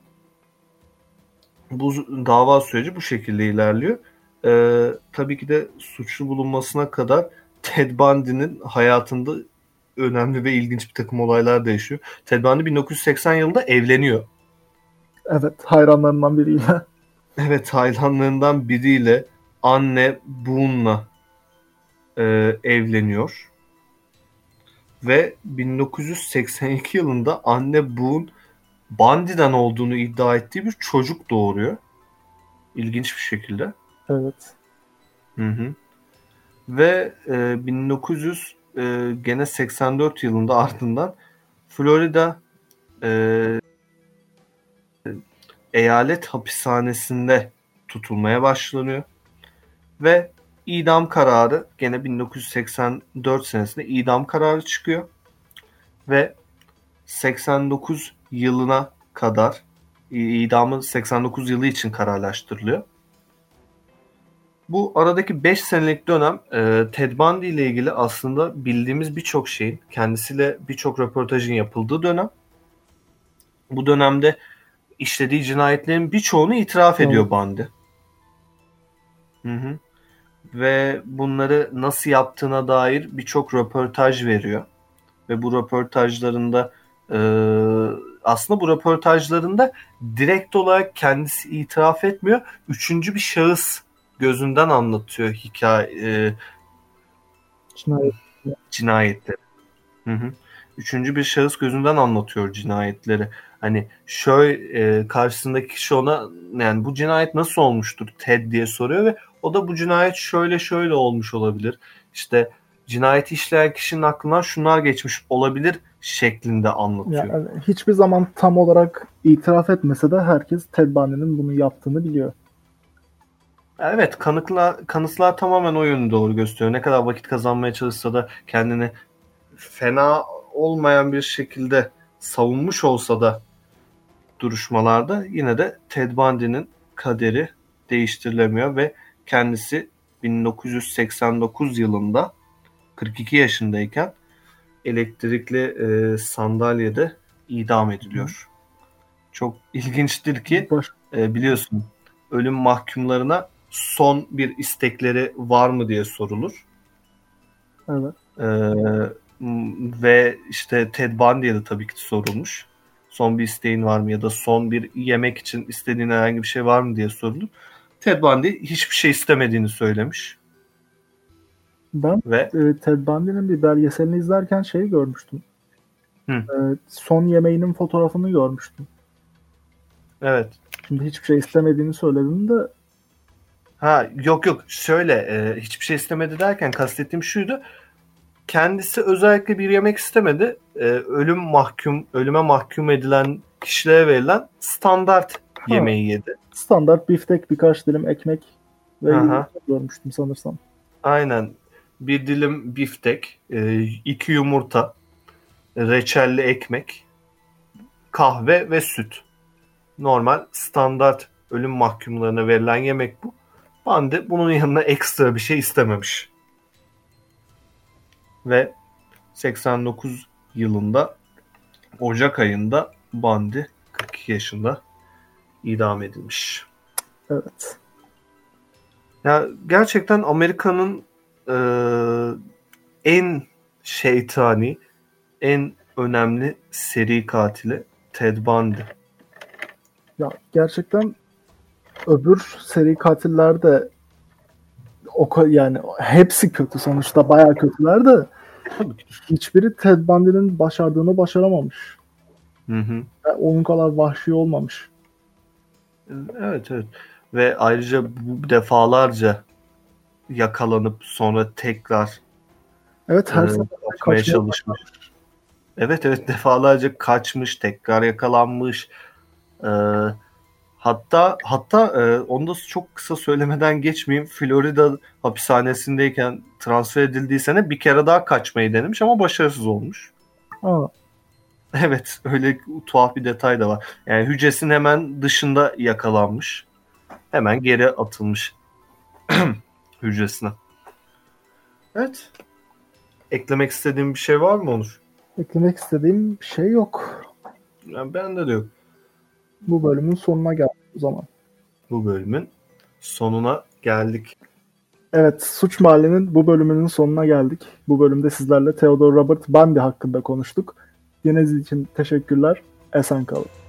Bu dava süreci bu şekilde ilerliyor. Tabii ki de suçlu bulunmasına kadar Ted Bundy'nin hayatında önemli ve ilginç bir takım olaylar da yaşıyor. Ted Bundy 1980 yılında evleniyor. Evet, hayranlarından biriyle. Evet, hayranlarından biriyle, Anne Boone'la evleniyor. Ve 1982 yılında Anne Boone Bundy'den olduğunu iddia ettiği bir çocuk doğuruyor. İlginç bir şekilde. Evet. Hı. Ve 1900 gene 84 yılında ardından Florida eyalet hapishanesinde tutulmaya başlanıyor. Ve idam kararı gene 1984 senesinde idam kararı çıkıyor. Ve 89 yılına kadar idamı 89 yılı için kararlaştırılıyor. Bu aradaki 5 senelik dönem Ted Bundy ile ilgili aslında bildiğimiz birçok şeyin, kendisiyle birçok röportajın yapıldığı dönem. Bu dönemde işlediği cinayetlerin birçoğunu itiraf ediyor Bundy. Hı. Ve bunları nasıl yaptığına dair birçok röportaj veriyor. Ve bu röportajlarında aslında bu röportajlarında direkt olarak kendisi itiraf etmiyor. Üçüncü bir şahıs gözünden anlatıyor cinayetleri. Hı hı. Üçüncü bir şahıs gözünden anlatıyor cinayetleri. Hani şöyle karşısındaki kişi ona yani bu cinayet nasıl olmuştur Ted diye soruyor ve o da bu cinayet şöyle şöyle olmuş olabilir. İşte cinayeti işleyen kişinin aklından şunlar geçmiş olabilir şeklinde anlatıyor. Yani hiçbir zaman tam olarak itiraf etmese de herkes Ted Bundy'nin bunu yaptığını biliyor. Evet, kanıtlar tamamen o yönü doğru gösteriyor. Ne kadar vakit kazanmaya çalışsa da kendini fena olmayan bir şekilde savunmuş olsa da duruşmalarda yine de Ted Bundy'nin kaderi değiştirilemiyor ve kendisi 1989 yılında 42 yaşındayken elektrikli sandalyede idam ediliyor. Çok ilginçtir ki biliyorsun ölüm mahkumlarına son bir istekleri var mı diye sorulur. Evet. Ve işte Ted Bundy'ye de tabii ki sorulmuş. Son bir isteğin var mı ya da son bir yemek için istediğin herhangi bir şey var mı diye sorulur. Ted Bundy hiçbir şey istemediğini söylemiş. Ben Ted Bundy'nin bir belgeselini izlerken şeyi görmüştüm. Son yemeğinin fotoğrafını görmüştüm. Evet. Şimdi hiçbir şey istemediğini söyledim de. Yok şöyle hiçbir şey istemedi derken kastettiğim şuydu. Kendisi özellikle bir yemek istemedi. Ölüme mahkum edilen kişilere verilen standart yemeği yedi. Standart biftek, birkaç dilim ekmek ve görmüştüm sanırsam. Aynen. Bir dilim biftek, 2 yumurta, reçelli ekmek, kahve ve süt. Normal standart ölüm mahkumlarına verilen yemek bu. Bundy bunun yanına ekstra bir şey istememiş. Ve 89 yılında Ocak ayında Bundy 42 yaşında idam edilmiş. Evet. Ya gerçekten Amerika'nın en şeytani, en önemli seri katili Ted Bundy. Ya gerçekten öbür seri katiller de yani hepsi kötü sonuçta, bayağı kötüler de hiçbiri Ted Bundy'nin başardığını başaramamış. Yani onun kadar vahşi olmamış. Evet. Ve ayrıca bu defalarca yakalanıp sonra tekrar her sefer kaçmaya çalışmış. Evet defalarca kaçmış, tekrar yakalanmış. Hatta onu da çok kısa söylemeden geçmeyeyim. Florida hapishanesindeyken transfer edildiği sene bir kere daha kaçmayı denemiş ama başarısız olmuş. Evet, öyle tuhaf bir detay da var. Yani hücresinin hemen dışında yakalanmış. Hemen geri atılmış hücresine. Evet. Eklemek istediğim bir şey var mı Onur? Eklemek istediğim bir şey yok. Yani bende de yok. Bu bölümün sonuna geldik o zaman. Bu bölümün sonuna geldik. Evet, Suç Mahalli'nin bu bölümünün sonuna geldik. Bu bölümde sizlerle Theodore Robert Bundy hakkında konuştuk. Dinlediğiniz için teşekkürler. Esen kalın.